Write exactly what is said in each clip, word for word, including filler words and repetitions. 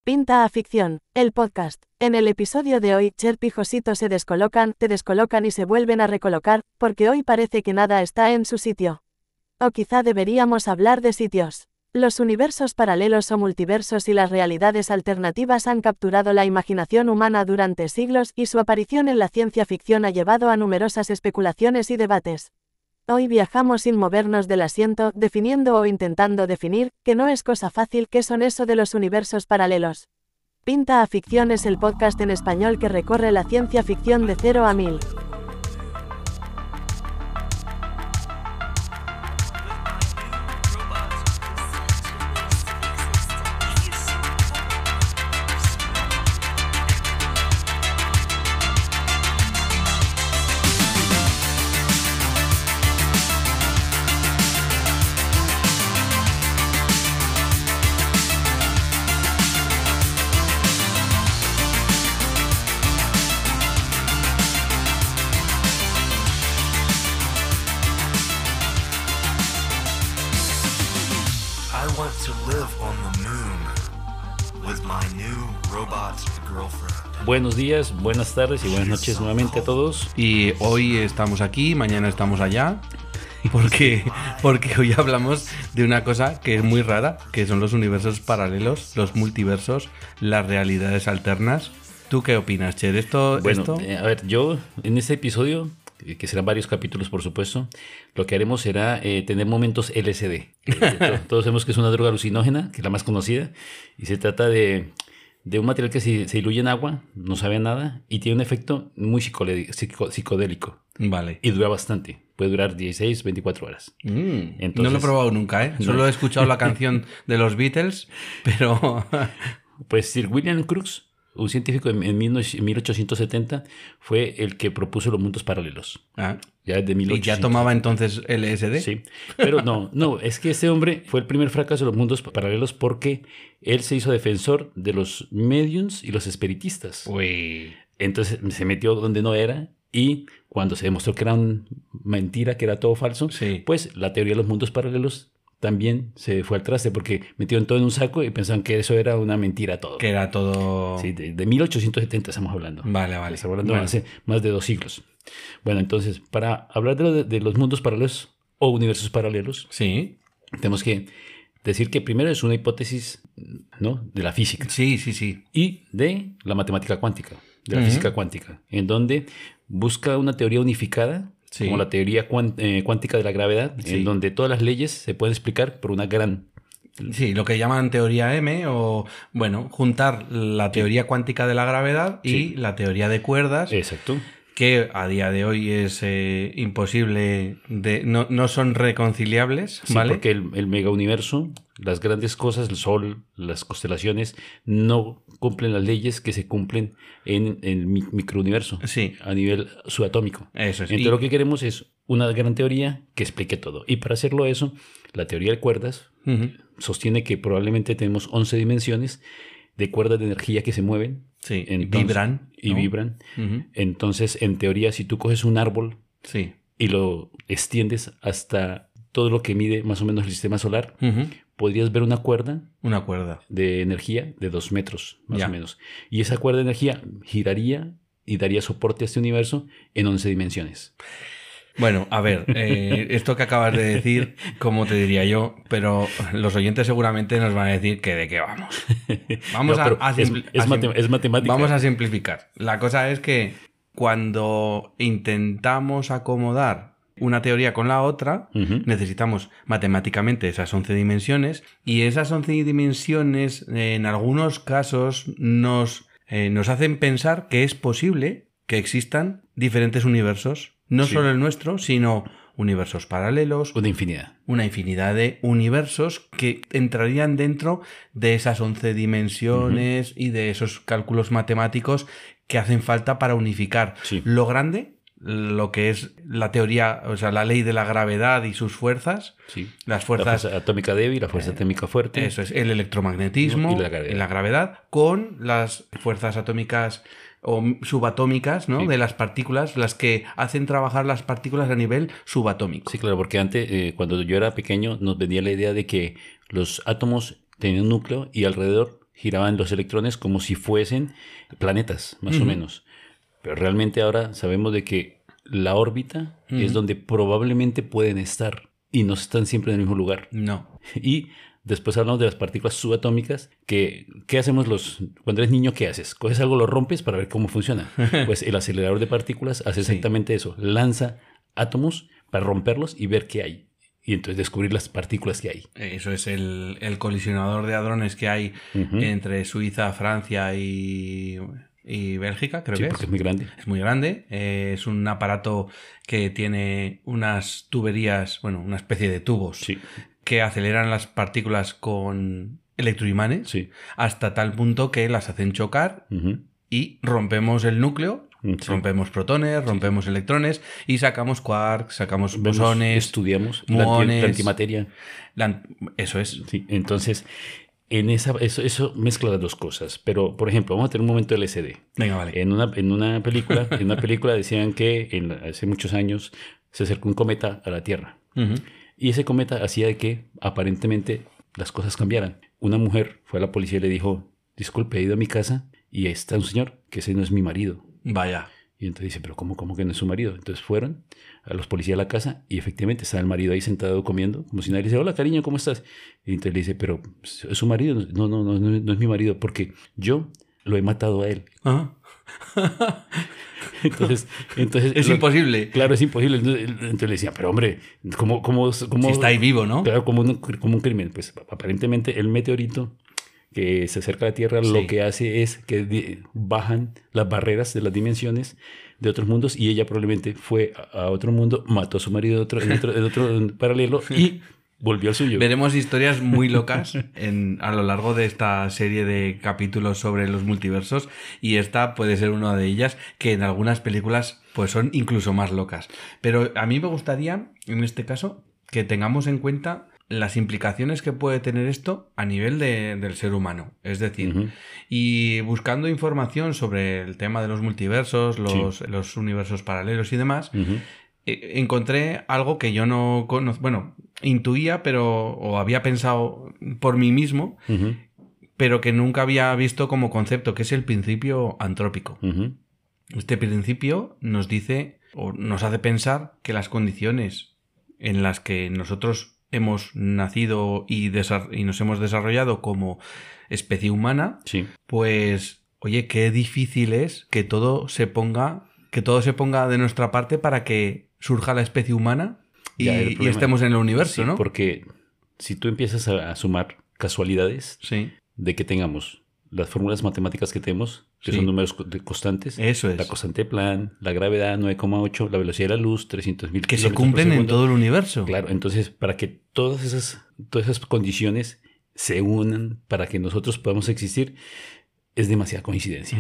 Pinta a ficción, el podcast. En el episodio de hoy, Cherp y Josito se descolocan, te descolocan y se vuelven a recolocar, porque hoy parece que nada está en su sitio. O quizá deberíamos hablar de sitios. Los universos paralelos o multiversos y las realidades alternativas han capturado la imaginación humana durante siglos y su aparición en la ciencia ficción ha llevado a numerosas especulaciones y debates. Hoy viajamos sin movernos del asiento, definiendo o intentando definir, que no es cosa fácil, qué son eso de los universos paralelos. Pinta a ficción es el podcast en español que recorre la ciencia ficción de cero a mil. Buenos días, buenas tardes y buenas noches nuevamente a todos. Y hoy estamos aquí, mañana estamos allá, porque, porque hoy hablamos de una cosa que es muy rara, que son los universos paralelos, los multiversos, las realidades alternas. ¿Tú qué opinas, Cher? ¿Esto, bueno, esto? Eh, a ver, yo en este episodio, que serán varios capítulos por supuesto, lo que haremos será eh, tener momentos L S D. Eh, todos sabemos que es una droga alucinógena, que es la más conocida, y se trata de... de un material que se, se diluye en agua, no sabe a nada, y tiene un efecto muy psicodélico, psico, psicodélico. Vale. Y dura bastante. Puede durar dieciséis, veinticuatro horas. Mm, Entonces, no lo he probado nunca, ¿eh? No. Solo he escuchado la canción de los Beatles, pero... Pues Sir William Crookes, un científico en, en mil ochocientos setenta, fue el que propuso los mundos paralelos. Ah. Ya de mil ochocientos. ¿Y ya tomaba entonces L S D? Sí, pero no, no, es que este hombre fue el primer fracaso de los mundos paralelos porque él se hizo defensor de los mediums y los espiritistas. Uy. Entonces se metió donde no era y cuando se demostró que era una mentira, que era todo falso, sí. Pues la teoría de los mundos paralelos también se fue al traste porque metieron todo en un saco y pensaban que eso era una mentira todo. Que era todo... Sí, de, de mil ochocientos setenta estamos hablando. Vale, vale. Estamos hablando bueno. hace más de dos siglos. Bueno, entonces, para hablar de, lo de, de los mundos paralelos o universos paralelos, sí, tenemos que decir que primero es una hipótesis, ¿no?, de la física. Sí, sí, sí. Y de la matemática cuántica, de la uh-huh. física cuántica, en donde busca una teoría unificada, sí. como la teoría cuant, eh, cuántica de la gravedad, sí. en donde todas las leyes se pueden explicar por una gran... Sí, lo que llaman teoría M o, bueno, juntar la teoría cuántica de la gravedad y sí. la teoría de cuerdas. Exacto. Que a día de hoy es eh, imposible, de, no, no son reconciliables, sí, ¿vale? Porque el, el megauniverso, las grandes cosas, el Sol, las constelaciones, no cumplen las leyes que se cumplen en el microuniverso, sí. a nivel subatómico. Eso es. Entonces y... lo que queremos es una gran teoría que explique todo. Y para hacerlo eso, la teoría de cuerdas uh-huh. sostiene que probablemente tenemos once dimensiones de cuerdas de energía que se mueven. Sí, entonces, y vibran. Y ¿no? vibran. Uh-huh. Entonces, en teoría, si tú coges un árbol sí. y lo extiendes hasta todo lo que mide más o menos el sistema solar, uh-huh. podrías ver una cuerda. Una cuerda. De energía de dos metros, más ya. o menos. Y esa cuerda de energía giraría y daría soporte a este universo en once dimensiones. Bueno, a ver, eh, esto que acabas de decir, ¿cómo te diría yo? Pero los oyentes seguramente nos van a decir que de qué vamos. Vamos no, a, a, es, es, a matem- es matemática. Vamos a simplificar. La cosa es que cuando intentamos acomodar una teoría con la otra, uh-huh. necesitamos matemáticamente esas once dimensiones y esas once dimensiones en algunos casos nos, eh, nos hacen pensar que es posible que existan diferentes universos. No sí. solo el nuestro, sino universos paralelos. Una infinidad. Una infinidad de universos que entrarían dentro de esas once dimensiones uh-huh. y de esos cálculos matemáticos que hacen falta para unificar sí. lo grande, lo que es la teoría, o sea, la ley de la gravedad y sus fuerzas. Sí. Las fuerzas... La fuerza atómica débil, la fuerza eh, atómica fuerte. Eso es, el electromagnetismo y la gravedad, y la gravedad con las fuerzas atómicas... o subatómicas, ¿no? Sí. De las partículas, las que hacen trabajar las partículas a nivel subatómico. Sí, claro, porque antes, eh, cuando yo era pequeño, nos vendía la idea de que los átomos tenían un núcleo y alrededor giraban los electrones como si fuesen planetas, más uh-huh. o menos. Pero realmente ahora sabemos de que la órbita uh-huh. es donde probablemente pueden estar y no están siempre en el mismo lugar. No. Y después hablamos de las partículas subatómicas, que ¿qué hacemos los cuando eres niño? ¿Qué haces? Coges algo, lo rompes para ver cómo funciona. Pues el acelerador de partículas hace exactamente sí. eso. Lanza átomos para romperlos y ver qué hay. Y entonces descubrir las partículas que hay. Eso es el, el colisionador de hadrones que hay uh-huh. entre Suiza, Francia y, y Bélgica, creo sí, que es. Sí, porque es muy grande. Es muy grande. Eh, es un aparato que tiene unas tuberías, bueno, una especie de tubos sí. que aceleran las partículas con electroimanes sí. hasta tal punto que las hacen chocar uh-huh. y rompemos el núcleo. Sí. Rompemos protones, rompemos sí. electrones y sacamos quarks, sacamos Vemos, bosones, estudiamos muones, la antimateria. La, eso es. Sí, entonces, en esa, eso, eso mezcla las dos cosas. Pero, por ejemplo, vamos a tener un momento de L S D. Venga, vale. En una, en una película, en una película decían que en, hace muchos años se acercó un cometa a la Tierra. Uh-huh. Y ese cometa hacía de que aparentemente las cosas cambiaran. Una mujer fue a la policía y le dijo, disculpe, he ido a mi casa y ahí está un señor, que ese no es mi marido. Vaya. Y entonces dice, pero ¿cómo, cómo que no es su marido? Entonces fueron a los policías a la casa y efectivamente estaba el marido ahí sentado comiendo, como si nadie le dice, hola cariño, ¿cómo estás? Y entonces le dice, pero ¿es su marido? No, no, no, no, no es mi marido, porque yo lo he matado a él. ¿Ah? Entonces, entonces es lo, imposible. Claro, es imposible. Entonces le decía, pero hombre, ¿cómo, cómo, cómo si está ahí vivo, ¿no? Claro, como un, como un crimen. Pues aparentemente el meteorito que se acerca a la Tierra sí. lo que hace es que di- bajan las barreras de las dimensiones de otros mundos y ella probablemente fue a, a otro mundo, mató a su marido de otro, en otro, en otro paralelo y volvió al suyo. Veremos historias muy locas en, a lo largo de esta serie de capítulos sobre los multiversos y esta puede ser una de ellas que en algunas películas pues son incluso más locas. Pero a mí me gustaría, en este caso, que tengamos en cuenta las implicaciones que puede tener esto a nivel de, del ser humano. Es decir, uh-huh. y buscando información sobre el tema de los multiversos, los, sí. los universos paralelos y demás, uh-huh. eh, encontré algo que yo no conozco, bueno, intuía, pero o había pensado por mí mismo, uh-huh. pero que nunca había visto como concepto, que es el principio antrópico. Uh-huh. Este principio nos dice, o nos hace pensar que las condiciones en las que nosotros hemos nacido y, desa- y nos hemos desarrollado como especie humana, sí. pues, oye, qué difícil es que todo se ponga, que todo se ponga de nuestra parte para que surja la especie humana y, y estemos en el universo, sí, ¿no? Porque si tú empiezas a, a sumar casualidades sí. de que tengamos las fórmulas matemáticas que tenemos, que sí. son números constantes. Eso es. La constante de Planck, la gravedad nueve coma ocho, la velocidad de la luz trescientos mil que se cumplen en todo el universo. Claro, entonces para que todas esas, todas esas condiciones se unan para que nosotros podamos existir, es demasiada coincidencia.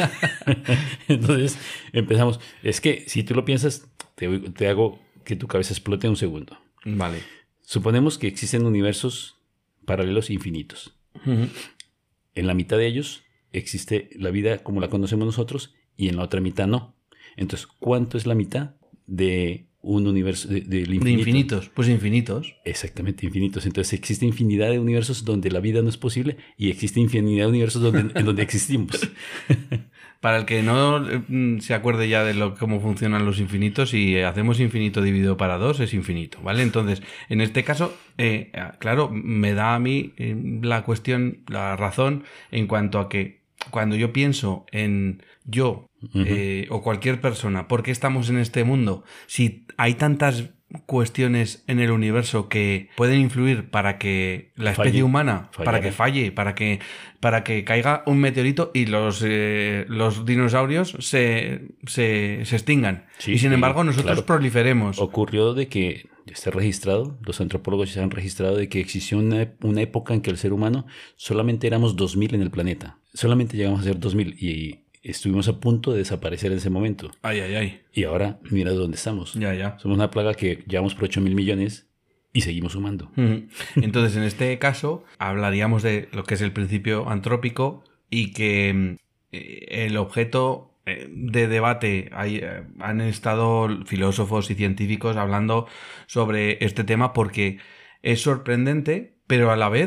Entonces empezamos. Es que si tú lo piensas, te, te hago que tu cabeza explote un segundo. Vale. Suponemos que existen universos paralelos infinitos. Uh-huh. En la mitad de ellos existe la vida como la conocemos nosotros y en la otra mitad no. Entonces, ¿cuánto es la mitad de un universo de, de infinito? De infinitos, pues infinitos. Exactamente, infinitos. Entonces, existe infinidad de universos donde la vida no es posible y existe infinidad de universos donde, en donde existimos. Para el que no se acuerde ya de lo, cómo funcionan los infinitos, si hacemos infinito dividido para dos, es infinito, ¿vale? Entonces, en este caso, eh, claro, me da a mí eh, la cuestión, la razón en cuanto a que cuando yo pienso en yo uh-huh. eh, o cualquier persona, ¿por qué estamos en este mundo? Si hay tantas cuestiones en el universo que pueden influir para que la especie falle, humana, fallara. para que falle, para que, para que caiga un meteorito y los, eh, los dinosaurios se, se, se extingan. Sí, y sin embargo nosotros claro, proliferemos. Ocurrió de que está registrado, los antropólogos ya han registrado de que existió una, una época en que el ser humano solamente éramos dos mil en el planeta. Solamente llegamos a ser dos mil y estuvimos a punto de desaparecer en ese momento. Ay, ay, ay. Y ahora, mira dónde estamos. Ya, ya. Somos una plaga que llevamos por ocho mil millones y seguimos sumando. Uh-huh. Entonces, en este caso, hablaríamos de lo que es el principio antrópico y que eh, el objeto de debate, hay, eh, han estado filósofos y científicos hablando sobre este tema porque es sorprendente, pero a la vez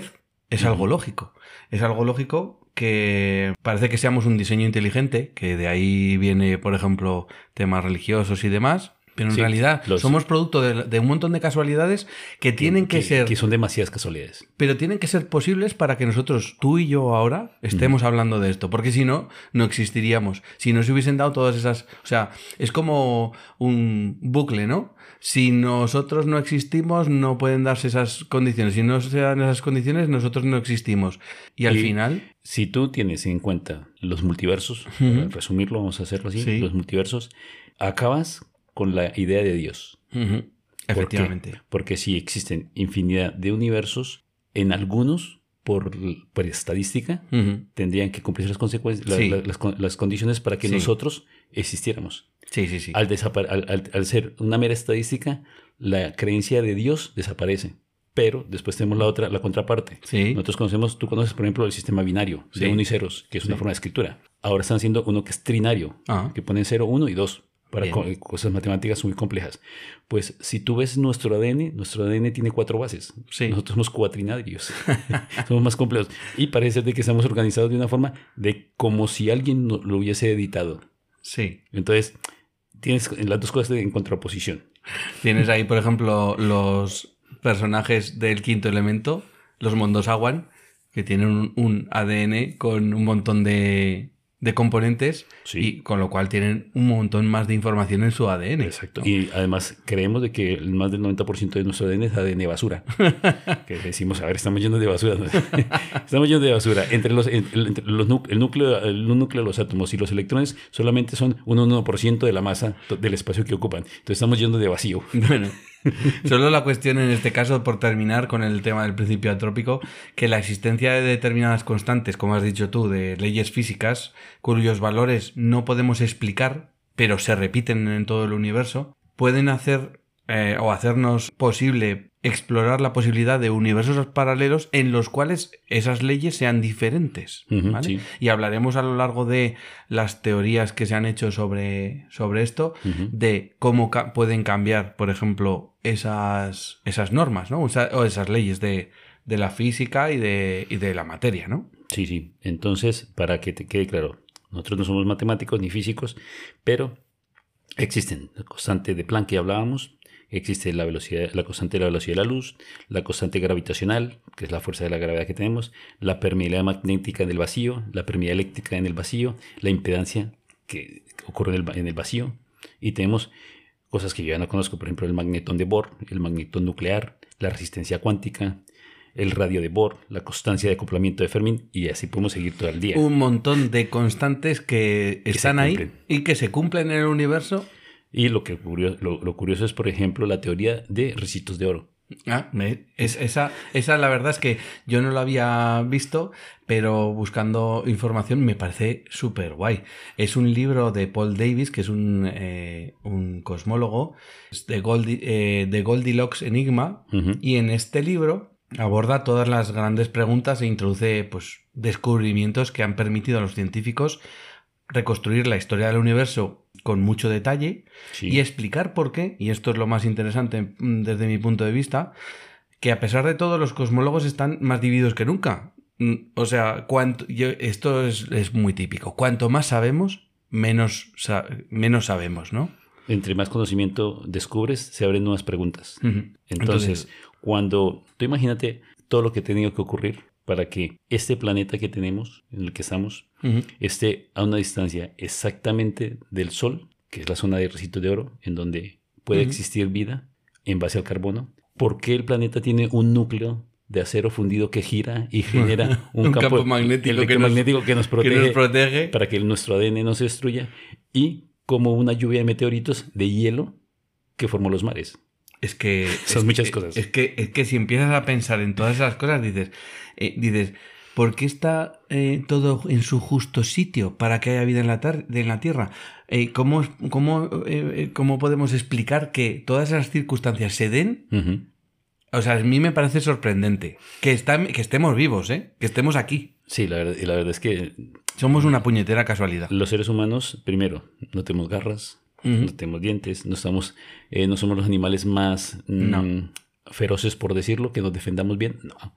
es uh-huh. algo lógico. Es algo lógico que parece que seamos un diseño inteligente, que de ahí viene, por ejemplo, temas religiosos y demás. Pero en sí, realidad los... somos producto de, de un montón de casualidades que tienen que, que, que ser... Que son demasiadas casualidades. Pero tienen que ser posibles para que nosotros, tú y yo ahora, estemos uh-huh. hablando de esto. Porque si no, no existiríamos. Si no se hubiesen dado todas esas... O sea, es como un bucle, ¿no? Si nosotros no existimos, no pueden darse esas condiciones. Si no se dan esas condiciones, nosotros no existimos. Y al y final... Si tú tienes en cuenta los multiversos, uh-huh. para resumirlo, vamos a hacerlo así, sí. los multiversos, acabas... con la idea de Dios. Uh-huh. Efectivamente. ¿Por qué? Porque si existen infinidad de universos, en algunos, por, por estadística, uh-huh. tendrían que cumplirse las consecuencias, la, sí. la, las, las condiciones para que sí. nosotros existiéramos. Sí, sí, sí. Al, desapar- al, al, al ser una mera estadística, la creencia de Dios desaparece. Pero después tenemos la otra, la contraparte. Sí. Nosotros conocemos, tú conoces, por ejemplo, el sistema binario sí. de uno y ceros, que es una sí. forma de escritura. Ahora están haciendo uno que es trinario, uh-huh. que ponen cero, uno y dos. Para co- cosas matemáticas muy complejas. Pues si tú ves nuestro A D N, nuestro A D N tiene cuatro bases. Sí. Nosotros somos cuatrinarios. Somos más complejos. Y parece de que estamos organizados de una forma de como si alguien no, lo hubiese editado. Sí. Entonces, tienes las dos cosas en contraposición. Tienes ahí, por ejemplo, los personajes del quinto elemento, los Mondosawan, que tienen un, un A D N con un montón de... de componentes sí. y con lo cual tienen un montón más de información en su A D N. Exacto. ¿No? Y además creemos de que más del noventa por ciento de nuestro A D N es A D N basura. Que decimos, a ver, estamos yendo de basura. Estamos yendo de basura. Entre los, entre los el, núcleo, el núcleo de los átomos y los electrones solamente son un uno por ciento de la masa del espacio que ocupan. Entonces estamos yendo de vacío. Bueno. Solo la cuestión en este caso, por terminar con el tema del principio antrópico, que la existencia de determinadas constantes, como has dicho tú, de leyes físicas, cuyos valores no podemos explicar, pero se repiten en todo el universo, pueden hacer eh, o hacernos posible explorar la posibilidad de universos paralelos en los cuales esas leyes sean diferentes. Uh-huh, ¿vale? sí. Y hablaremos a lo largo de las teorías que se han hecho sobre, sobre esto, uh-huh. de cómo ca- pueden cambiar, por ejemplo, esas, esas normas, ¿no? O, esa, o esas leyes de, de la física y de, y de la materia, ¿no? Sí, sí. Entonces, para que te quede claro, nosotros no somos matemáticos ni físicos, pero existen la constante de Planck que hablábamos. Existe la velocidad, la constante de la velocidad de la luz, la constante gravitacional, que es la fuerza de la gravedad que tenemos, la permeabilidad magnética en el vacío, la permeabilidad eléctrica en el vacío, la impedancia que ocurre en el, en el vacío. Y tenemos cosas que yo ya no conozco, por ejemplo, el magnetón de Bohr, el magnetón nuclear, la resistencia cuántica, el radio de Bohr, la constancia de acoplamiento de Fermi, y así podemos seguir todo el día. Un montón de constantes que, que están ahí y que se cumplen en el universo. Y lo, que curioso, lo, lo curioso es, por ejemplo, la teoría de ricitos de oro. Ah, es, esa, esa la verdad es que yo no lo había visto, pero buscando información me parece súper guay. Es un libro de Paul Davies, que es un, eh, un cosmólogo, de, Goldi, eh, de Goldilocks Enigma, uh-huh. y en este libro aborda todas las grandes preguntas e introduce pues, descubrimientos que han permitido a los científicos reconstruir la historia del universo con mucho detalle sí. y explicar por qué, y esto es lo más interesante desde mi punto de vista, que a pesar de todo los cosmólogos están más divididos que nunca. O sea, cuanto, yo, esto es, es muy típico. Cuanto más sabemos, menos, sa- menos sabemos, ¿no? Entre más conocimiento descubres, se abren nuevas preguntas. Uh-huh. Entonces, Entonces, cuando tú imagínate todo lo que ha tenido que ocurrir para que este planeta que tenemos, en el que estamos, uh-huh. esté a una distancia exactamente del Sol, que es la zona de ricitos de oro, en donde puede uh-huh. existir vida en base al carbono. ¿Por qué el planeta tiene un núcleo de acero fundido que gira y genera un, un campo, campo magnético, el, que, magnético nos, que, nos protege, que nos protege para que nuestro A D N no se destruya? Y como una lluvia de meteoritos de hielo que formó los mares. Es que... Son es, muchas es, cosas. Es que, es que si empiezas a pensar en todas esas cosas, dices, eh, dices ¿por qué está eh, todo en su justo sitio para que haya vida en la, tar- en la Tierra? Eh, ¿cómo, cómo, eh, ¿Cómo podemos explicar que todas esas circunstancias se den? Uh-huh. O sea, a mí me parece sorprendente que, está, que estemos vivos, ¿eh? Que estemos aquí. Sí, la verdad, la verdad es que... Somos una puñetera casualidad. Los seres humanos, primero, no tenemos garras, uh-huh. no tenemos dientes, no, estamos, eh, no somos los animales más mm, no. feroces, por decirlo, que nos defendamos bien. No.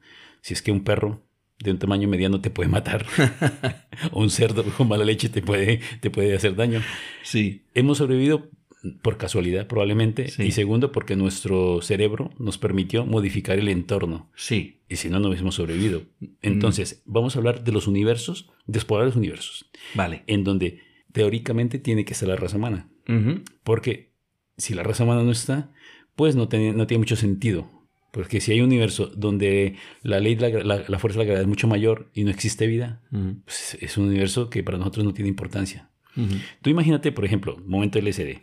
si es que un perro de un tamaño mediano te puede matar, o un cerdo con mala leche te puede, te puede hacer daño. Sí. Hemos sobrevivido por casualidad probablemente, Sí. y segundo porque nuestro cerebro nos permitió modificar el entorno. Sí. Y si no, no hubiésemos sobrevivido. Entonces, mm. vamos a hablar de los universos, de explorar los universos. Vale. En donde teóricamente tiene que estar la raza humana. Uh-huh. Porque si la raza humana no está, pues no tiene, no tiene mucho sentido. Porque si hay un universo donde la ley de la, la, la fuerza de la gravedad es mucho mayor y no existe vida, uh-huh. pues es un universo que para nosotros no tiene importancia. Uh-huh. Tú imagínate, por ejemplo, momento L S D.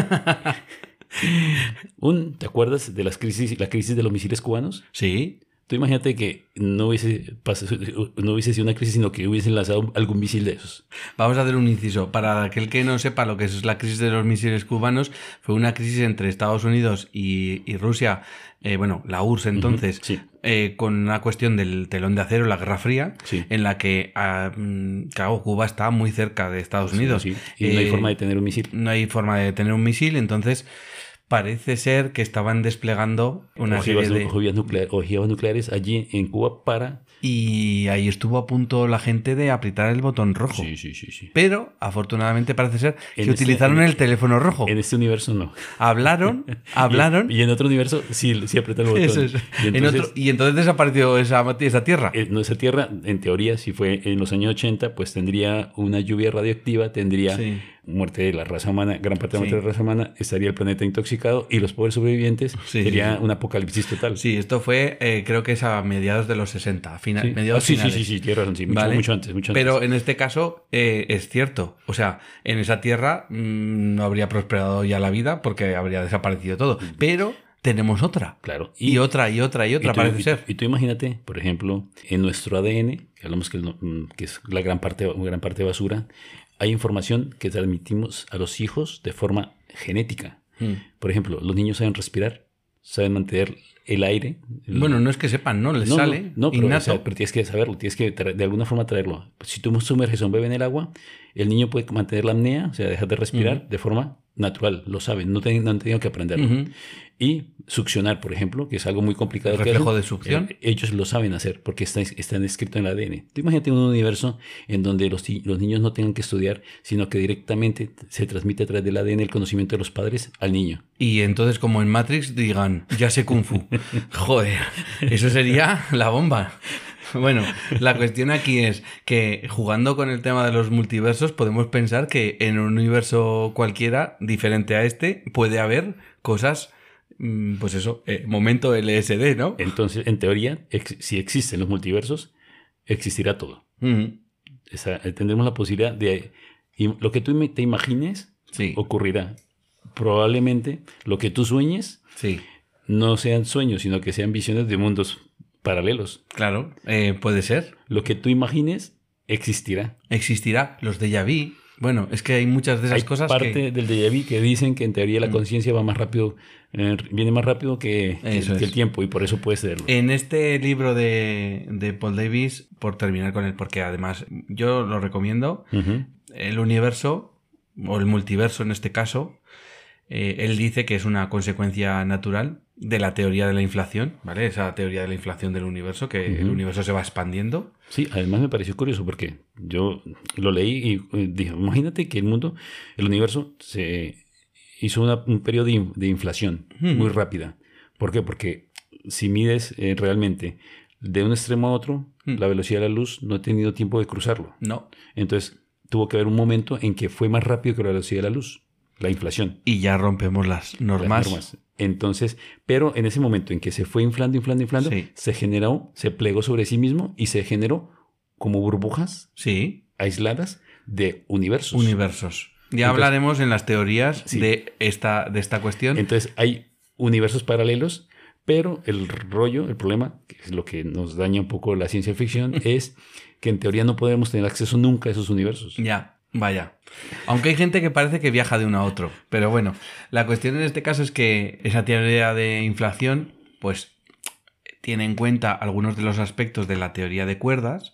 un, ¿Te acuerdas de las crisis, la crisis de los misiles cubanos? Sí. Tú imagínate que no hubiese, pasado, no hubiese sido una crisis, sino que hubiesen lanzado algún misil de esos. Vamos a hacer un inciso. Para aquel que no sepa lo que es la crisis de los misiles cubanos, fue una crisis entre Estados Unidos y, y Rusia, eh, bueno, la U R S S entonces, uh-huh, sí. eh, con una cuestión del telón de acero, la Guerra Fría, sí. en la que, ah, claro, Cuba está muy cerca de Estados Unidos. Sí, sí. Y eh, no hay forma de tener un misil. No hay forma de tener un misil, entonces... Parece ser que estaban desplegando una ojivas, serie de... Ojivas, nuclear, ojivas nucleares allí en Cuba para... Y ahí estuvo a punto la gente de apretar el botón rojo. Sí, sí, sí. sí. Pero, afortunadamente, parece ser que en utilizaron este, el teléfono rojo. En este universo no. Hablaron, hablaron... y, y en otro universo sí, sí apretaron el botón. Eso es. Y, entonces, en otro, y entonces desapareció esa, esa tierra. Eh, no, esa tierra, en teoría, si fue en los años ochenta, pues tendría una lluvia radioactiva, tendría... Sí. muerte de la raza humana, gran parte de la muerte sí. de la raza humana, estaría el planeta intoxicado y los pobres sobrevivientes sí, sería sí. un apocalipsis total. Sí, esto fue, eh, creo que es a mediados de los sesenta, final, sí. mediados ah, sí, finales. Sí, sí, sí, tienes razón, sí, mucho, ¿Vale? mucho antes, mucho Pero antes. en este caso eh, es cierto, o sea, en esa tierra mmm, no habría prosperado ya la vida porque habría desaparecido todo, mm. pero... tenemos otra. Claro. Y, y otra, y otra, y otra, y tú, parece y, ser. Y tú imagínate, por ejemplo, en nuestro A D N, que hablamos que, que es la gran parte, gran parte de basura, hay información que transmitimos a los hijos de forma genética. Hmm. Por ejemplo, los niños saben respirar, saben mantener el aire. El... Bueno, no es que sepan, ¿no? Les no, sale No, no pero, innato. O sea, pero tienes que saberlo, tienes que de alguna forma traerlo. Si tú sumerges a un bebé en el agua, el niño puede mantener la apnea, o sea, dejar de respirar uh-huh. de forma natural, lo saben, no, ten, no han tenido que aprenderlo. Uh-huh. Y succionar, por ejemplo, que es algo muy complicado. ¿El reflejo que de succión? Eh, ellos lo saben hacer porque está, están escritos en el A D N. Tú imagínate un universo en donde los, los niños no tengan que estudiar, sino que directamente se transmite a través del A D N el conocimiento de los padres al niño. Y entonces, como en Matrix, digan, ya sé Kung Fu. Joder, eso sería la bomba. Bueno, la cuestión aquí es que jugando con el tema de los multiversos podemos pensar que en un universo cualquiera diferente a este puede haber cosas, pues eso, eh, momento L S D, ¿no? Entonces, en teoría, ex- si existen los multiversos, existirá todo. Uh-huh. O sea, tendremos la posibilidad de... Y lo que tú te imagines sí. ocurrirá. Probablemente lo que tú sueñes sí. no sean sueños, sino que sean visiones de mundos paralelos. Claro, eh, puede ser. Lo que tú imagines existirá. Existirá. Los déjà vu. Bueno, es que hay muchas de esas hay cosas parte que... del déjà vu que dicen que en teoría la mm. conciencia va más rápido, eh, viene más rápido que, que, que el tiempo y por eso puede serlo. En este libro de, de Paul Davies, por terminar con él, porque además yo lo recomiendo, uh-huh. el universo, o el multiverso en este caso, eh, él dice que es una consecuencia natural de la teoría de la inflación, ¿vale? Esa teoría de la inflación del universo, que uh-huh. el universo se va expandiendo. Sí, además me pareció curioso porque yo lo leí y dije, imagínate que el mundo, el universo, se hizo una, un periodo de, de inflación uh-huh. muy rápida. ¿Por qué? Porque si mides eh, realmente de un extremo a otro, uh-huh. la velocidad de la luz no ha tenido tiempo de cruzarlo. No. Entonces tuvo que haber un momento en que fue más rápido que la velocidad de la luz, la inflación. Y ya rompemos las normas. Las normas. Entonces, pero en ese momento en que se fue inflando, inflando, inflando, sí. se generó, se plegó sobre sí mismo y se generó como burbujas sí. aisladas de universos. Universos. Ya Entonces, hablaremos en las teorías sí. de, esta, de esta cuestión. Entonces, hay universos paralelos, pero el rollo, el problema, que es lo que nos daña un poco la ciencia ficción, es que en teoría no podemos tener acceso nunca a esos universos. Ya. Vaya. Aunque hay gente que parece que viaja de uno a otro. Pero bueno, la cuestión en este caso es que esa teoría de inflación, pues, tiene en cuenta algunos de los aspectos de la teoría de cuerdas.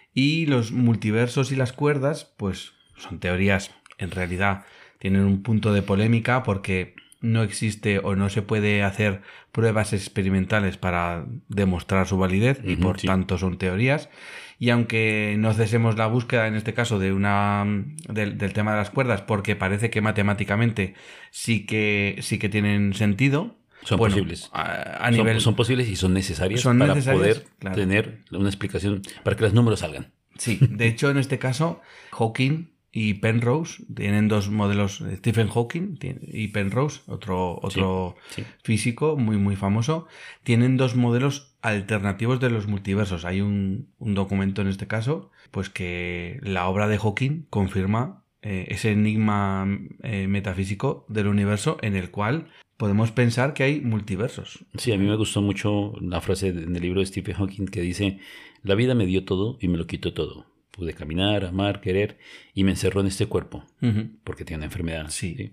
Y los multiversos y las cuerdas, pues, son teorías, en realidad, tienen un punto de polémica porque no existe o no se puede hacer pruebas experimentales para demostrar su validez y por sí. tanto son teorías. Y aunque no cesemos la búsqueda en este caso de una del, del tema de las cuerdas, porque parece que matemáticamente sí que sí que tienen sentido. Son bueno, posibles. A, a nivel, son, son posibles y son necesarias son para necesarias, poder claro. tener una explicación, para que los números salgan. Sí, de hecho en este caso Hawking y Penrose tienen dos modelos, Stephen Hawking y Penrose, otro, otro sí, sí. físico muy muy famoso, tienen dos modelos alternativos de los multiversos. Hay un, un documento en este caso, pues que la obra de Hawking confirma eh, ese enigma eh, metafísico del universo en el cual podemos pensar que hay multiversos. Sí, a mí me gustó mucho la frase en el libro de Stephen Hawking que dice: la vida me dio todo y me lo quitó todo. Pude caminar, amar, querer y me encerró en este cuerpo uh-huh. porque tenía una enfermedad. Sí. ¿sí?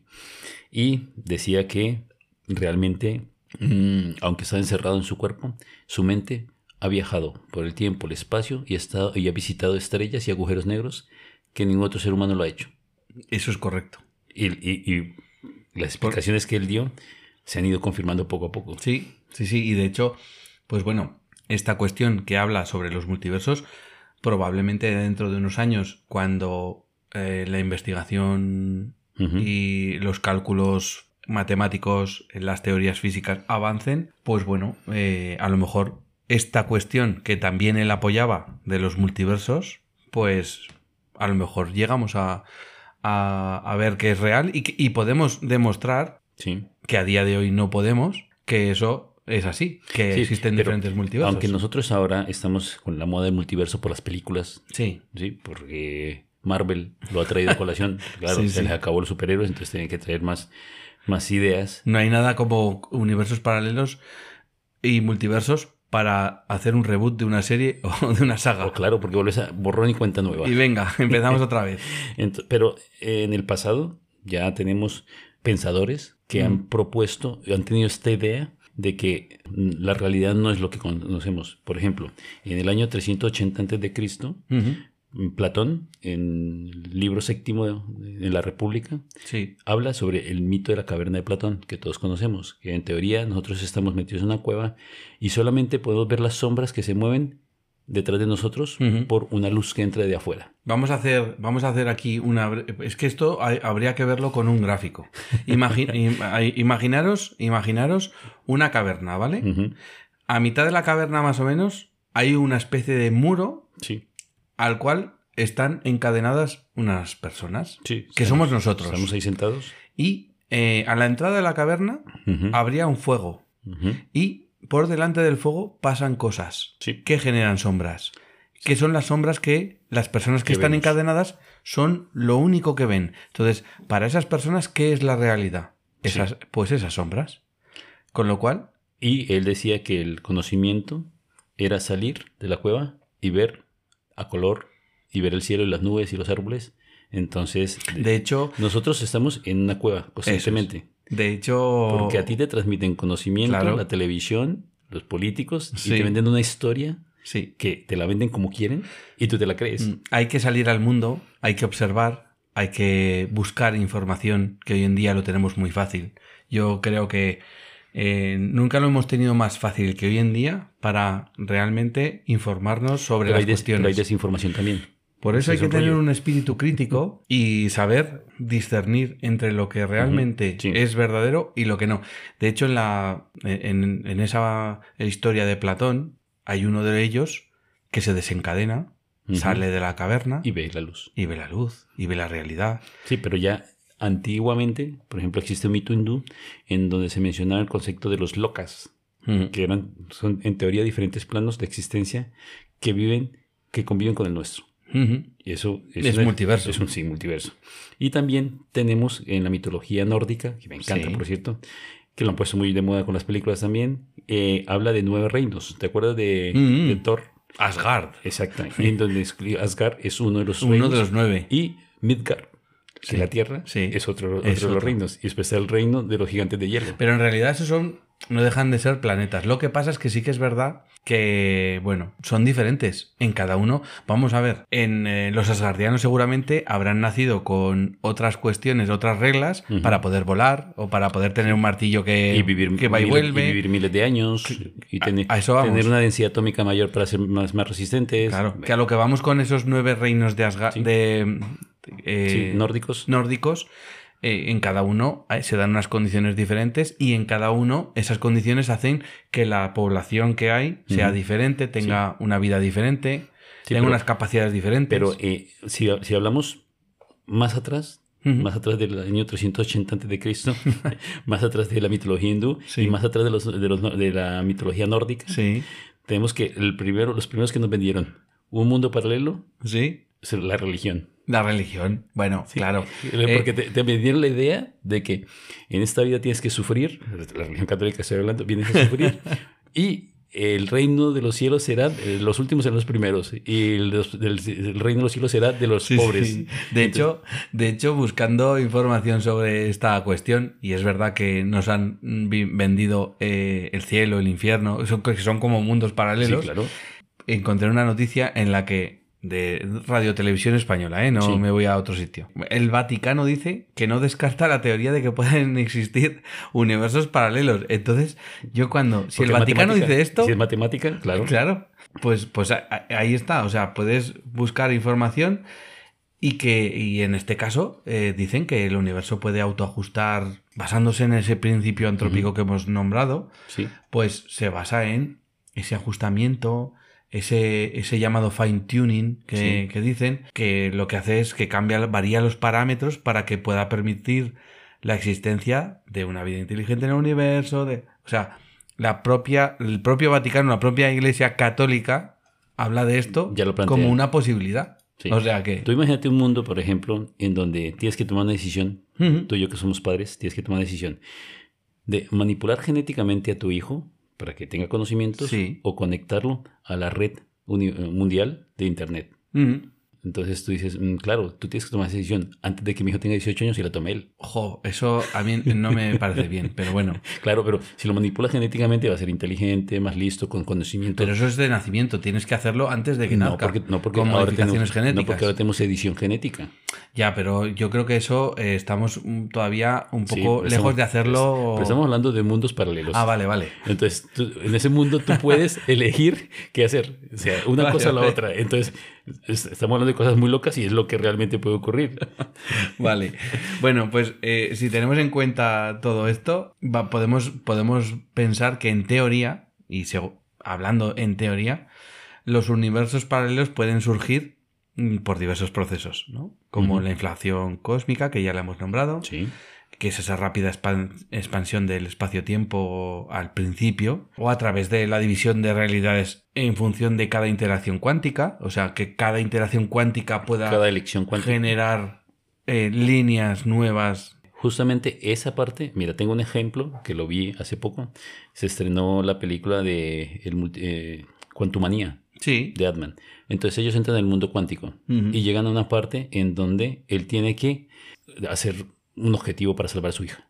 Y decía que realmente, mmm, aunque está encerrado en su cuerpo, su mente ha viajado por el tiempo, el espacio y ha, estado, y ha visitado estrellas y agujeros negros que ningún otro ser humano lo ha hecho. Eso es correcto. Y, y, y las explicaciones por... que él dio se han ido confirmando poco a poco. Sí, sí, sí. Y de hecho, pues bueno, esta cuestión que habla sobre los multiversos, probablemente dentro de unos años, cuando eh, la investigación uh-huh. y los cálculos matemáticos, las teorías físicas avancen, pues bueno, eh, a lo mejor esta cuestión que también él apoyaba de los multiversos, pues a lo mejor llegamos a, a, a ver que es real y, que, y podemos demostrar sí. que a día de hoy no podemos, que eso es así, que sí, existen diferentes multiversos. Aunque nosotros ahora estamos con la moda del multiverso por las películas. Sí. Sí, porque Marvel lo ha traído a colación. Claro, sí, se sí. les acabó los superhéroes, entonces tienen que traer más, más ideas. No hay nada como universos paralelos y multiversos para hacer un reboot de una serie o de una saga. Oh, claro, porque vuelves a borrón y cuenta nueva. Y venga, empezamos otra vez. Entonces, pero eh, en el pasado ya tenemos pensadores que mm. han propuesto, han tenido esta idea de que la realidad no es lo que conocemos. Por ejemplo, en el año trescientos ochenta antes de Cristo, uh-huh. Platón, en el libro séptimo de la República, sí. habla sobre el mito de la caverna de Platón, que todos conocemos, que en teoría nosotros estamos metidos en una cueva y solamente podemos ver las sombras que se mueven detrás de nosotros uh-huh. por una luz que entra de afuera. Vamos a hacer, vamos a hacer aquí una... Es que esto hay, habría que verlo con un gráfico. Imagi- imaginaros, imaginaros una caverna, ¿vale? Uh-huh. A mitad de la caverna más o menos hay una especie de muro sí. al cual están encadenadas unas personas sí, que estamos, somos nosotros. Estamos ahí sentados. Y eh, a la entrada de la caverna uh-huh. habría un fuego. Uh-huh. Y por delante del fuego pasan cosas sí. que generan sombras. Sí. Que son las sombras que las personas que, que están vemos. encadenadas son lo único que ven. Entonces, para esas personas, ¿qué es la realidad? Esas, sí. Pues esas sombras. Con lo cual... Y él decía que el conocimiento era salir de la cueva y ver a color y ver el cielo y las nubes y los árboles. Entonces, de hecho... nosotros estamos en una cueva constantemente. De hecho... Porque a ti te transmiten conocimiento, claro. la televisión, los políticos, sí. y te venden una historia sí. que te la venden como quieren y tú te la crees. Hay que salir al mundo, hay que observar, hay que buscar información, que hoy en día lo tenemos muy fácil. Yo creo que eh, nunca lo hemos tenido más fácil que hoy en día para realmente informarnos sobre pero las hay des- cuestiones. Pero hay desinformación también. Por eso hay que tener rollo. un espíritu crítico y saber discernir entre lo que realmente uh-huh. sí. es verdadero y lo que no. De hecho, en, la, en, en esa historia de Platón hay uno de ellos que se desencadena, uh-huh. sale de la caverna y ve la luz. Y ve la luz, y ve la realidad. Sí, pero ya antiguamente, por ejemplo, existe un mito hindú en donde se mencionaba el concepto de los lokas, uh-huh. que eran, son en teoría diferentes planos de existencia que viven, que conviven con el nuestro. Uh-huh. Y eso es, es una, multiverso. Es un sí, multiverso. Y también tenemos en la mitología nórdica, que me encanta, sí. por cierto, que lo han puesto muy de moda con las películas también, eh, habla de nueve reinos. ¿Te acuerdas de, uh-huh. de Thor? Asgard. Exacto. Y en donde Asgard es uno de los uno reinos. de los nueve. Y Midgard, que sí. la Tierra, sí. es otro, otro es de los reinos. Y después está el reino de los gigantes de hielo. Pero en realidad esos son no dejan de ser planetas. Lo que pasa es que sí que es verdad que, bueno, son diferentes en cada uno. Vamos a ver, en eh, los asgardianos seguramente habrán nacido con otras cuestiones, otras reglas, uh-huh. para poder volar o para poder tener un martillo que, y vivir, que va y mil, vuelve. Y vivir miles de años y tener, a, a eso vamos. tener una densidad atómica mayor para ser más, más resistentes. Claro, que a lo que vamos con esos nueve reinos de Asgard, sí. de eh, sí, nórdicos. nórdicos Eh, en cada uno se dan unas condiciones diferentes y en cada uno esas condiciones hacen que la población que hay sea uh-huh. diferente, tenga sí. una vida diferente, sí, tenga pero, unas capacidades diferentes. Pero eh, si, si hablamos más atrás, uh-huh. más atrás del año trescientos ochenta antes de Cristo, más atrás de la mitología hindú sí. y más atrás de, los, de, los, de la mitología nórdica, sí. tenemos que el primero, los primeros que nos vendieron un mundo paralelo, sí. es la religión. La religión, bueno, sí, claro. Porque te, te vendieron la idea de que en esta vida tienes que sufrir, la religión católica estoy hablando, vienes a sufrir, y el reino de los cielos será, los últimos serán los primeros, y los, el, el reino de los cielos será de los sí, pobres. Sí. De, Entonces, hecho, de hecho, buscando información sobre esta cuestión, y es verdad que nos han vendido eh, el cielo, el infierno, son, son como mundos paralelos, sí, claro. Encontré una noticia en la que de Radio Televisión Española, ¿eh? No sí. me voy a otro sitio. El Vaticano dice que no descarta la teoría de que pueden existir universos paralelos. Entonces, yo cuando... Si Porque el Vaticano dice esto... Si es matemática, claro. Claro. Pues, pues ahí está. O sea, puedes buscar información y que y en este caso eh, dicen que el universo puede autoajustar basándose en ese principio antrópico uh-huh. que hemos nombrado. Sí. Pues se basa en ese ajustamiento... Ese, ese llamado fine-tuning que, sí. que dicen, que lo que hace es que cambia, varía los parámetros para que pueda permitir la existencia de una vida inteligente en el universo. De, o sea, la propia, el propio Vaticano, la propia Iglesia Católica habla de esto como una posibilidad. Sí. O sea que... Tú imagínate un mundo, por ejemplo, en donde tienes que tomar una decisión, uh-huh. tú y yo que somos padres, tienes que tomar una decisión de manipular genéticamente a tu hijo para que tenga conocimientos sí. o conectarlo a la red uni- mundial de Internet. Uh-huh. Entonces tú dices, mmm, claro, tú tienes que tomar esa decisión antes de que mi hijo tenga dieciocho años y la tome él. Ojo, eso a mí no me parece bien, pero bueno. Claro, pero si lo manipulas genéticamente va a ser inteligente, más listo, con conocimiento. Pero eso es de nacimiento, tienes que hacerlo antes de que nazca. No, porque, no porque con ahora modificaciones tenemos, genéticas. No, porque ahora tenemos edición genética. Ya, pero yo creo que eso eh, estamos todavía un poco sí, lejos estamos, de hacerlo. Pero estamos hablando de mundos paralelos. Ah, vale, vale. Entonces, tú, en ese mundo tú puedes elegir qué hacer. O sea, una vale, cosa o la vale. otra. Entonces, estamos hablando de cosas muy locas y es lo que realmente puede ocurrir. Vale. Bueno, pues eh, si tenemos en cuenta todo esto, va, podemos, podemos pensar que en teoría, y se, hablando en teoría, los universos paralelos pueden surgir por diversos procesos, ¿no? Como uh-huh. la inflación cósmica, que ya la hemos nombrado, sí. que es esa rápida expan- expansión del espacio-tiempo al principio, o a través de la división de realidades en función de cada interacción cuántica, o sea, que cada interacción cuántica pueda cada elección cuántica. generar eh, líneas nuevas. Justamente esa parte, mira, tengo un ejemplo que lo vi hace poco, se estrenó la película de el multi, eh, Quantumania. Sí. De Ant-Man. Entonces ellos entran en el mundo cuántico uh-huh. y llegan a una parte en donde él tiene que hacer un objetivo para salvar a su hija.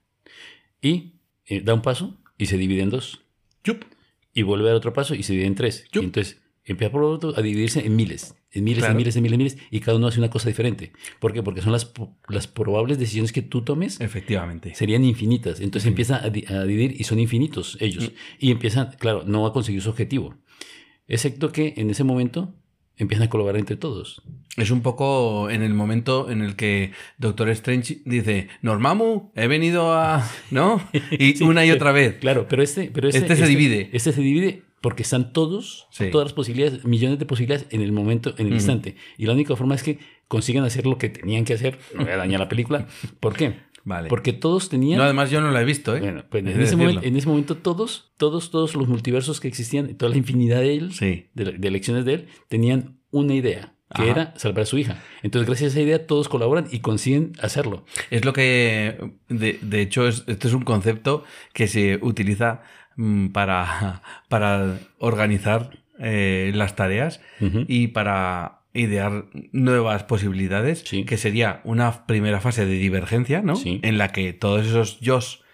Y eh, da un paso y se divide en dos. Yup. Y vuelve a dar otro paso y se divide en tres. Y entonces empieza por otro a dividirse en miles. En miles, claro. en miles, en miles, en miles. Y cada uno hace una cosa diferente. ¿Por qué? Porque son las, las probables decisiones que tú tomes. Efectivamente. Serían infinitas. Entonces sí. empieza a, di- a dividir y son infinitos ellos. Mm. Y empiezan, claro, no a conseguir su objetivo. Excepto que en ese momento empiezan a colaborar entre todos. Es un poco en el momento en el que Doctor Strange dice, Dormammu, he venido a... ¿no? Y sí, una y otra vez. Claro, pero este... Pero este, este se este, divide. Este se divide porque están todos, sí. todas las posibilidades, millones de posibilidades en el momento, en el uh-huh. instante. Y la única forma es que consigan hacer lo que tenían que hacer. No voy a dañar la película. ¿Por qué? Vale. Porque todos tenían... No, además yo no la he visto, ¿eh? Bueno, pues en ese, momento, en ese momento todos, todos, todos los multiversos que existían, toda la infinidad de él, sí. de, de elecciones de él, tenían una idea, que Ajá. era salvar a su hija. Entonces, gracias a esa idea, todos colaboran y consiguen hacerlo. Es lo que, de, de hecho, es, esto es un concepto que se utiliza mm, para, para organizar eh, las tareas uh-huh. y para... idear nuevas posibilidades, sí. que sería una primera fase de divergencia, ¿no? Sí. En la que todos esos yos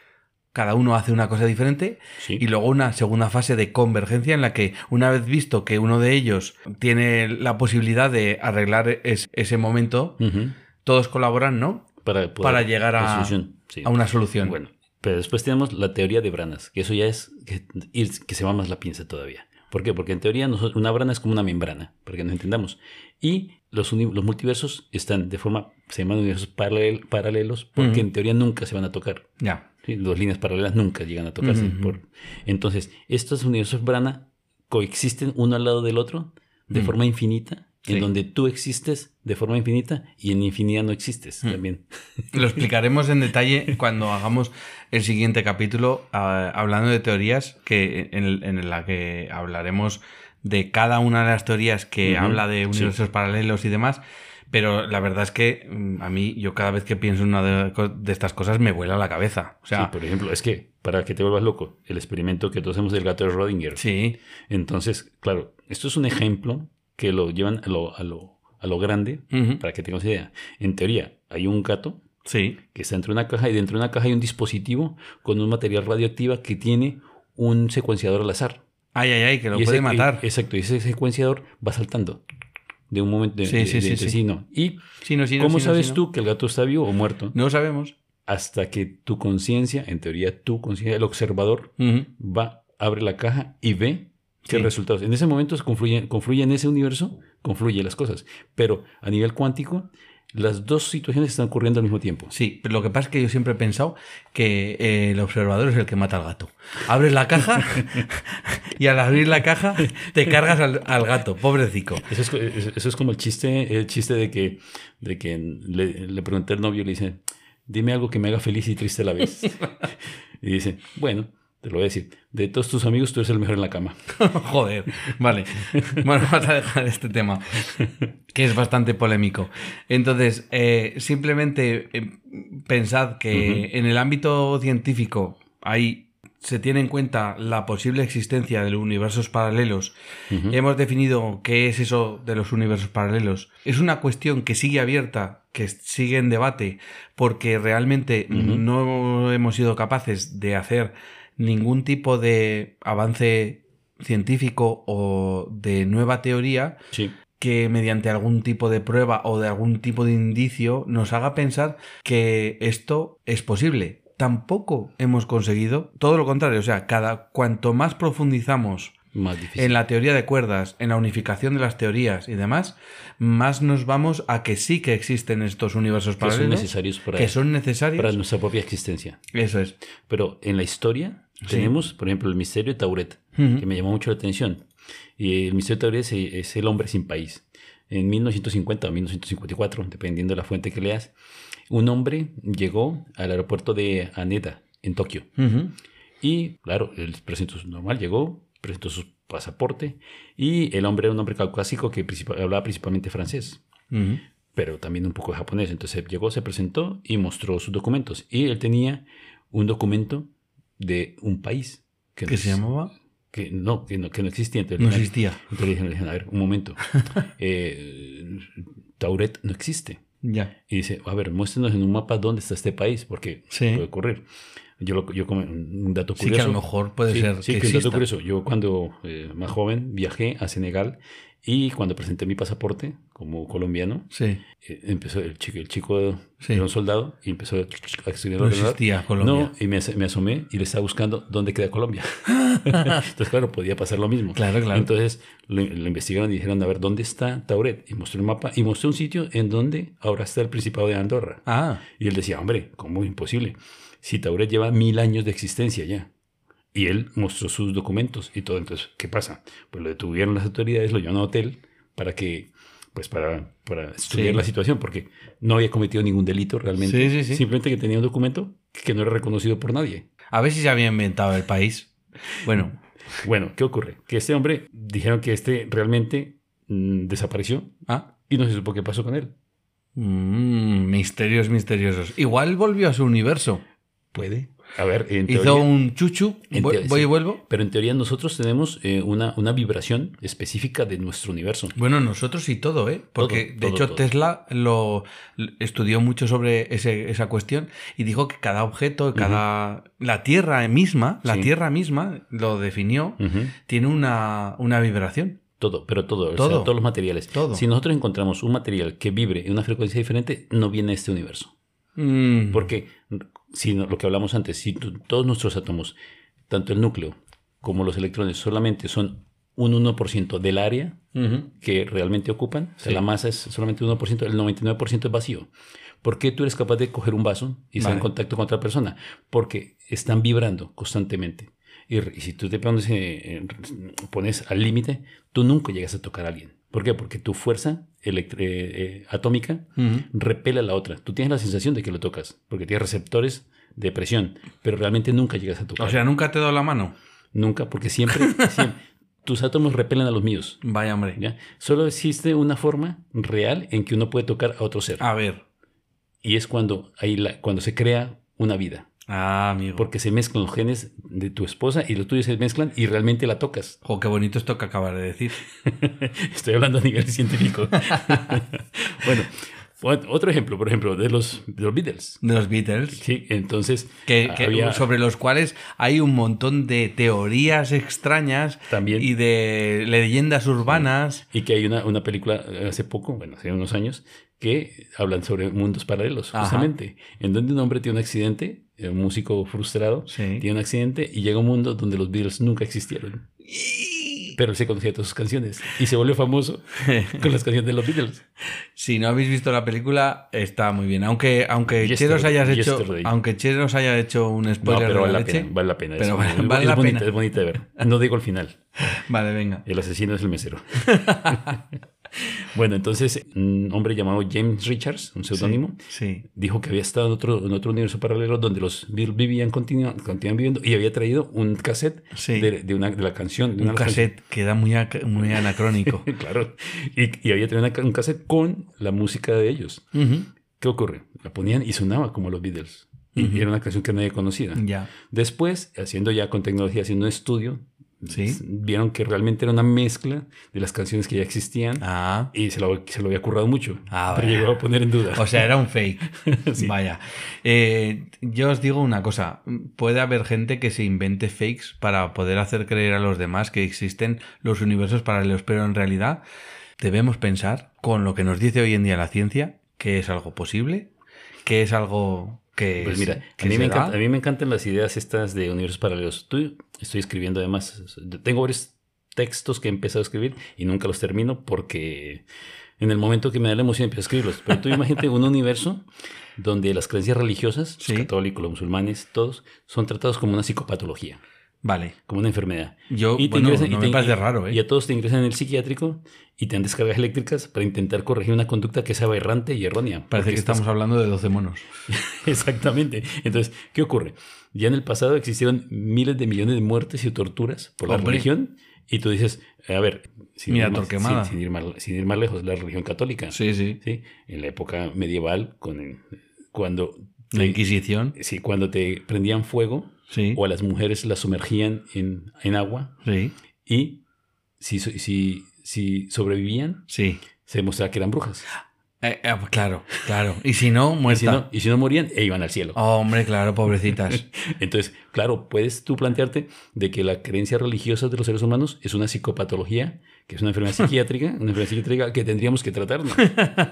cada uno hace una cosa diferente, Sí. y luego una segunda fase de convergencia en la que una vez visto que uno de ellos tiene la posibilidad de arreglar es- ese momento, Ujú. todos colaboran, ¿no? Para, poder- Para llegar la a, solución, sí. a una solución. Bueno, pero después tenemos la teoría de branas, que eso ya es que, ir- que se va más la pinza todavía. ¿Por qué? Porque en teoría nosotros, una brana es como una membrana, para que nos entendamos. Y los, uni- los multiversos están de forma, se llaman universos paralel- paralelos, porque Ujú. en teoría nunca se van a tocar. Ya. ¿Sí? Dos líneas paralelas nunca llegan a tocarse. Ujú. por... Entonces, estos universos brana coexisten uno al lado del otro de Ujú. forma infinita, en Sí. donde tú existes de forma infinita y en infinidad no existes Ujú. también. Lo explicaremos en detalle cuando hagamos el siguiente capítulo, ah, hablando de teorías, que en, en la que hablaremos de cada una de las teorías que Ujú. habla de universos Sí. paralelos y demás. Pero la verdad es que mm, a mí, yo cada vez que pienso en una de, co- de estas cosas me vuela la cabeza. O Sí, sea, por ejemplo, es que para que te vuelvas loco, el experimento que todos hacemos del gato de Schrödinger. sí. Entonces, claro, esto es un ejemplo que lo llevan a lo, a lo, a lo grande, Ujú. para que tengamos idea. En teoría, hay un gato Sí. que está dentro de una caja y dentro de una caja hay un dispositivo con un material radioactivo que tiene un secuenciador al azar. Ay, ay, ay, que lo Y puede ese- matar. y- exacto, y ese secuenciador va saltando de un momento de, Sí, de- sí, de- sí, de sí. sí, no. ¿Y Sí, no, sí, no, cómo sí, no, sabes sí, no. tú que el gato está vivo o muerto? No lo sabemos. Hasta que tu conciencia, en teoría tu conciencia, el observador, Ujú. va, abre la caja y ve qué Sí. resultados. En ese momento se confluye, confluye en ese universo, confluye las cosas. Pero a nivel cuántico, las dos situaciones están ocurriendo al mismo tiempo. Sí, pero lo que pasa es que yo siempre he pensado que eh, el observador es el que mata al gato. Abres la caja y al abrir la caja te cargas al, al gato, pobrecico. Eso es, co- eso eso es como el chiste, el chiste de que, de que le, le pregunté al novio, le dice, dime algo que me haga feliz y triste a la vez. Y dice, bueno, te lo voy a decir, de todos tus amigos tú eres el mejor en la cama. Joder, vale. Bueno, vamos a dejar este tema, que es bastante polémico. Entonces, eh, simplemente eh, pensad que Ujú. en el ámbito científico hay, se tiene en cuenta la posible existencia de los universos paralelos. Ujú. Hemos definido qué es eso de los universos paralelos. Es una cuestión que sigue abierta, que sigue en debate, porque realmente Ujú. no hemos sido capaces de hacer ningún tipo de avance científico o de nueva teoría Sí. que mediante algún tipo de prueba o de algún tipo de indicio nos haga pensar que esto es posible. Tampoco hemos conseguido, todo lo contrario, o sea, cada cuanto más profundizamos Más difícil. en la teoría de cuerdas, en la unificación de las teorías y demás, más nos vamos a que sí que existen estos universos que son paralelos, necesarios para, que son necesarios. para nuestra propia existencia. Eso es. Pero en la historia Sí. tenemos, por ejemplo, el misterio de Tauret, Ujú. que me llamó mucho la atención. Y el misterio de Tauret es, es el hombre sin país. En mil novecientos cincuenta o mil novecientos cincuenta y cuatro, dependiendo de la fuente que leas, un hombre llegó al aeropuerto de Haneda, en Tokio. Ujú. Y, claro, él presentó su normal, llegó, presentó su pasaporte, y el hombre era un hombre caucásico que principal- hablaba principalmente francés, Ujú. pero también un poco de japonés. Entonces llegó, se presentó y mostró sus documentos. Y él tenía un documento de un país. Que ¿Qué no se es- llamaba? Que no, que no, que no existía. Entonces, No le- existía. Entonces le dijeron, le dijeron, a ver, un momento. Eh, Tauret no existe. Ya. Y dice, a ver, muéstrenos en un mapa dónde está este país, porque Sí. puede ocurrir. Yo, lo, yo como un dato Sí, curioso. que a lo mejor puede sí, ser sí, que que un dato exista. curioso. Yo cuando eh, más joven viajé a Senegal y cuando presenté mi pasaporte como colombiano, Sí. eh, empezó el chico, el chico Sí. era un soldado y empezó a escribir No existía Colombia. No, y me, as- me asomé y le estaba buscando dónde queda Colombia. Entonces, claro, podía pasar lo mismo. Claro, claro. Entonces lo, lo investigaron y dijeron, a ver, ¿dónde está Tauret? Y mostró un mapa y mostró un sitio en donde ahora está el Principado de Andorra. Ah, Y él decía, hombre, ¿cómo imposible? Si Tauret lleva mil años de existencia ya. Y él mostró sus documentos y todo. Entonces, ¿qué pasa? Pues lo detuvieron las autoridades, lo llevaron a un hotel para que, pues para, para estudiar Sí. la situación, porque no había cometido ningún delito realmente. Sí, sí, sí. Simplemente que tenía un documento que no era reconocido por nadie. a ver si se había inventado el país. Bueno, Bueno, ¿qué ocurre? Que este hombre, dijeron que este realmente mm, desapareció ah, y no se supo qué pasó con él. mm, misterios misteriosos. Igual volvió a su universo. Puede. A ver, en Hizo teoría, un chuchu, en voy, teo- voy sí, y vuelvo. Pero en teoría nosotros tenemos eh, una, una vibración específica de nuestro universo. Bueno, nosotros y todo, ¿eh? Porque Todo, de todo, hecho todo. Tesla lo estudió mucho sobre ese- esa cuestión y dijo que cada objeto, cada la Tierra misma, la Sí. Tierra misma lo definió, Ujú. tiene una, una vibración. Todo, pero todo, o Todo. sea, todos los materiales. Todo. Si nosotros encontramos un material que vibre en una frecuencia diferente, no viene a este universo. Mm. Porque si no- lo que hablamos antes, si tu- todos nuestros átomos, tanto el núcleo como los electrones, solamente son un uno por ciento del área Ujú. que realmente ocupan, o sea, Sí. la masa es solamente un uno por ciento, el noventa y nueve por ciento es vacío. ¿Por qué tú eres capaz de coger un vaso y estar Vale. en contacto con otra persona? Porque están vibrando constantemente. Y, re- y si tú te pones, eh, eh, pones al límite, tú nunca llegas a tocar a alguien. ¿Por qué? Porque tu fuerza elect- eh, eh, atómica Ujú. repele a la otra. Tú tienes la sensación de que lo tocas, porque tienes receptores de presión, pero realmente nunca llegas a tocar. O sea, nunca te he dado la mano. Nunca, porque siempre, siempre tus átomos repelen a los míos. Vaya, hombre. ¿Ya? Solo existe una forma real en que uno puede tocar a otro ser. A ver. Y es cuando, hay la, cuando se crea una vida. Ah, amigo. Porque se mezclan los genes de tu esposa y los tuyos se mezclan y realmente la tocas. Jo, qué bonito esto que acabas de decir. Estoy hablando a nivel científico. Bueno, otro ejemplo, por ejemplo, de los, de los Beatles. De los Beatles. Sí, entonces Que, que había sobre los cuales hay un montón de teorías extrañas También. y de leyendas urbanas. y que hay una, una película hace poco, bueno, hace unos años, que hablan sobre mundos paralelos, Ajá. justamente, en donde un hombre tiene un accidente, un músico frustrado, Sí. tiene un accidente y llega a un mundo donde los Beatles nunca existieron. Pero él se conocía todas sus canciones y se volvió famoso con las canciones de los Beatles. Si no habéis visto la película, está muy bien. Aunque, aunque Yesterday, Cheros hayas hecho, Yesterday. aunque Cheros haya hecho un No, spoiler pero de vale la la leche. pena, vale la pena. Pero es, vale- es- vale es la bonita, pena. es bonita de ver. No digo el final. Vale, venga. El asesino es el mesero. Bueno, entonces un hombre llamado James Richards, un seudónimo, Sí. dijo que había estado en otro, en otro universo paralelo donde los Beatles vivían, continua- continuaban viviendo y había traído un cassette Sí. de, de una, de la canción. De Un una de las cassette que da muy, ac- muy anacrónico. canciones. Claro. Y, y había traído una- un cassette con la música de ellos. Ujú. ¿Qué ocurre? La ponían y sonaba como los Beatles. Y Ujú. era una canción que nadie conocía. Ya. Después, haciendo ya con tecnología, haciendo un estudio, Sí. vieron que realmente era una mezcla de las canciones que ya existían Ah. y se lo, se lo había currado mucho. Ah, pero vaya. llegó a poner en duda. O sea, era un fake. Sí. Vaya. Eh, yo os digo una cosa. Puede haber gente que se invente fakes para poder hacer creer a los demás que existen los universos paralelos, pero en realidad debemos pensar, con lo que nos dice hoy en día la ciencia, que es algo posible, que es algo que, Pues es- mira, que a mí, se me da. encanta- a mí me encantan las ideas estas de universos paralelos. Tú, estoy escribiendo además, tengo varios textos que he empezado a escribir y nunca los termino porque en el momento que me da la emoción empiezo a escribirlos. Pero tú imagínate un universo donde las creencias religiosas, Sí. los católicos, los musulmanes, todos, son tratados como una psicopatología, Vale. como una enfermedad. Yo, Y te bueno, ingresan- no y me te- parece y- raro, ¿eh? Y a todos te ingresan en el psiquiátrico y te dan descargas eléctricas para intentar corregir una conducta que es aberrante y errónea. Parece porque que estás- estamos hablando de doce monos. Exactamente. Entonces, ¿qué ocurre? Ya en el pasado existieron miles de millones de muertes y torturas por la Hombre. religión y tú dices, a ver, sin, Mira, ir, más, Torquemada. sin- sin ir más, sin ir más lejos, la religión católica. Sí, sí. ¿Sí? En la época medieval, con, cuando, La Inquisición. sí, cuando te prendían fuego Sí. o a las mujeres las sumergían en, en agua Sí. y si, so- si, si sobrevivían, Sí. se demostraba que eran brujas. Eh, eh, pues claro, claro. Y si no, Y si muerta. no, y si no morían, e iban al cielo. Hombre, claro, pobrecitas. Entonces, claro, puedes tú plantearte de que la creencia religiosa de los seres humanos es una psicopatología, que es una enfermedad psiquiátrica, una enfermedad psiquiátrica que tendríamos que tratar, ¿no?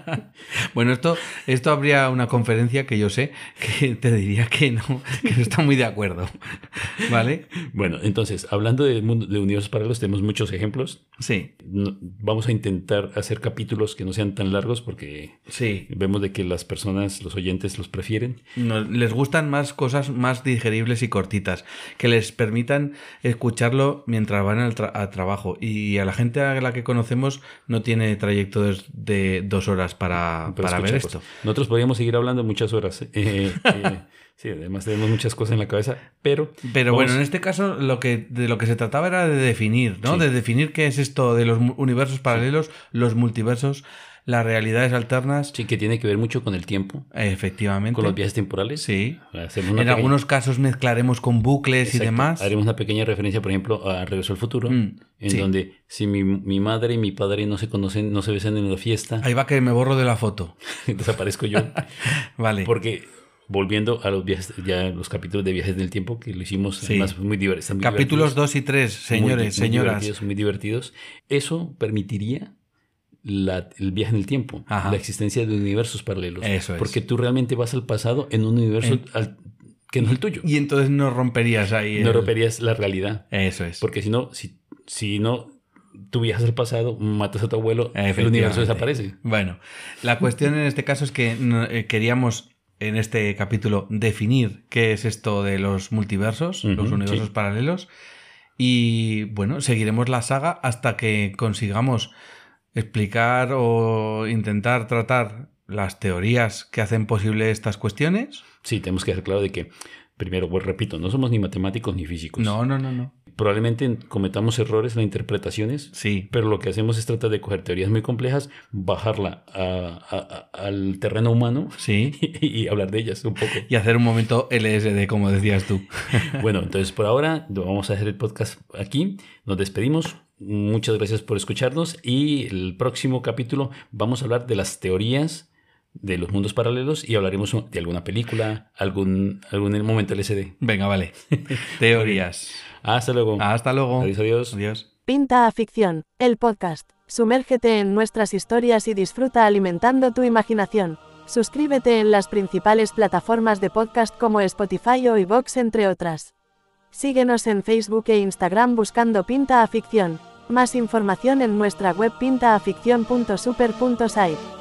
Bueno, esto, esto habría una conferencia que yo sé que te diría que no, que no está muy de acuerdo. ¿Vale? Bueno, entonces, hablando de, mundo, de universos paralelos, tenemos muchos ejemplos. Sí, No- vamos a intentar hacer capítulos que no sean tan largos porque sí. vemos de que las personas, los oyentes, los prefieren. Nos- les gustan más cosas más digeribles y cortitas, que les permitan escucharlo mientras van al, tra- al trabajo. Y a la gente a la que conocemos no tiene trayecto de, de dos horas para, para para ver escuchar esto. cosas. Nosotros podríamos seguir hablando muchas horas. eh, eh, sí, además tenemos muchas cosas en la cabeza, pero... Pero vamos- bueno, en este caso lo que, de lo que se trataba era de definir, ¿no? Sí. De definir qué es esto de los mu- universos paralelos, los multiversos las realidades alternas. Sí, que tiene que ver mucho con el tiempo. Efectivamente. Con los viajes temporales. Sí. En pequeña... algunos casos mezclaremos con bucles. Exacto. Y demás. Haremos una pequeña referencia, por ejemplo, a Regreso al Futuro, mm, en sí. donde si mi, mi madre y mi padre no se conocen, no se besan en la fiesta. Ahí va que me borro de la foto. Desaparezco yo. Vale. Porque... Volviendo a los viajes, ya los capítulos de viajes en el tiempo que lo hicimos, sí. además muy, diver muy capítulos dos y tres, señores, muy, señoras. Muy divertidos, muy divertidos. Eso permitiría la, el viaje en el tiempo, Ajá. la existencia de universos paralelos. Eso es. Porque tú realmente vas al pasado en un universo en... al, que no es el tuyo. Y entonces no romperías ahí. El... No romperías la realidad. Eso es. Porque si no, si, si no... tú viajas al pasado, matas a tu abuelo, el universo desaparece. Bueno, la cuestión en este caso es que eh, queríamos... en este capítulo definir qué es esto de los multiversos, uh-huh, los universos sí. paralelos. Y bueno, seguiremos la saga hasta que consigamos explicar o intentar tratar las teorías que hacen posible estas cuestiones. Sí, tenemos que dejar claro de que, primero, pues repito, no somos ni matemáticos ni físicos. No, no, no, no. Probablemente cometamos errores en las interpretaciones, sí. pero lo que hacemos es tratar de coger teorías muy complejas, bajarla a, a, a, al terreno humano sí. y, y hablar de ellas un poco. Y hacer un momento L S D, como decías tú. Bueno, entonces por ahora vamos a hacer el podcast aquí. Nos despedimos. Muchas gracias por escucharnos y el próximo capítulo vamos a hablar de las teorías de los mundos paralelos y hablaremos de alguna película, algún, algún momento L S D. Venga, vale. Teorías. Hasta luego. Hasta luego. Adiós, adiós. Adiós. Pinta a Ficción, el podcast. Sumérgete en nuestras historias y disfruta alimentando tu imaginación. Suscríbete en las principales plataformas de podcast como Spotify o iVoox, entre otras. Síguenos en Facebook e Instagram buscando Pinta a Ficción. Más información en nuestra web pinta a ficción punto super punto site.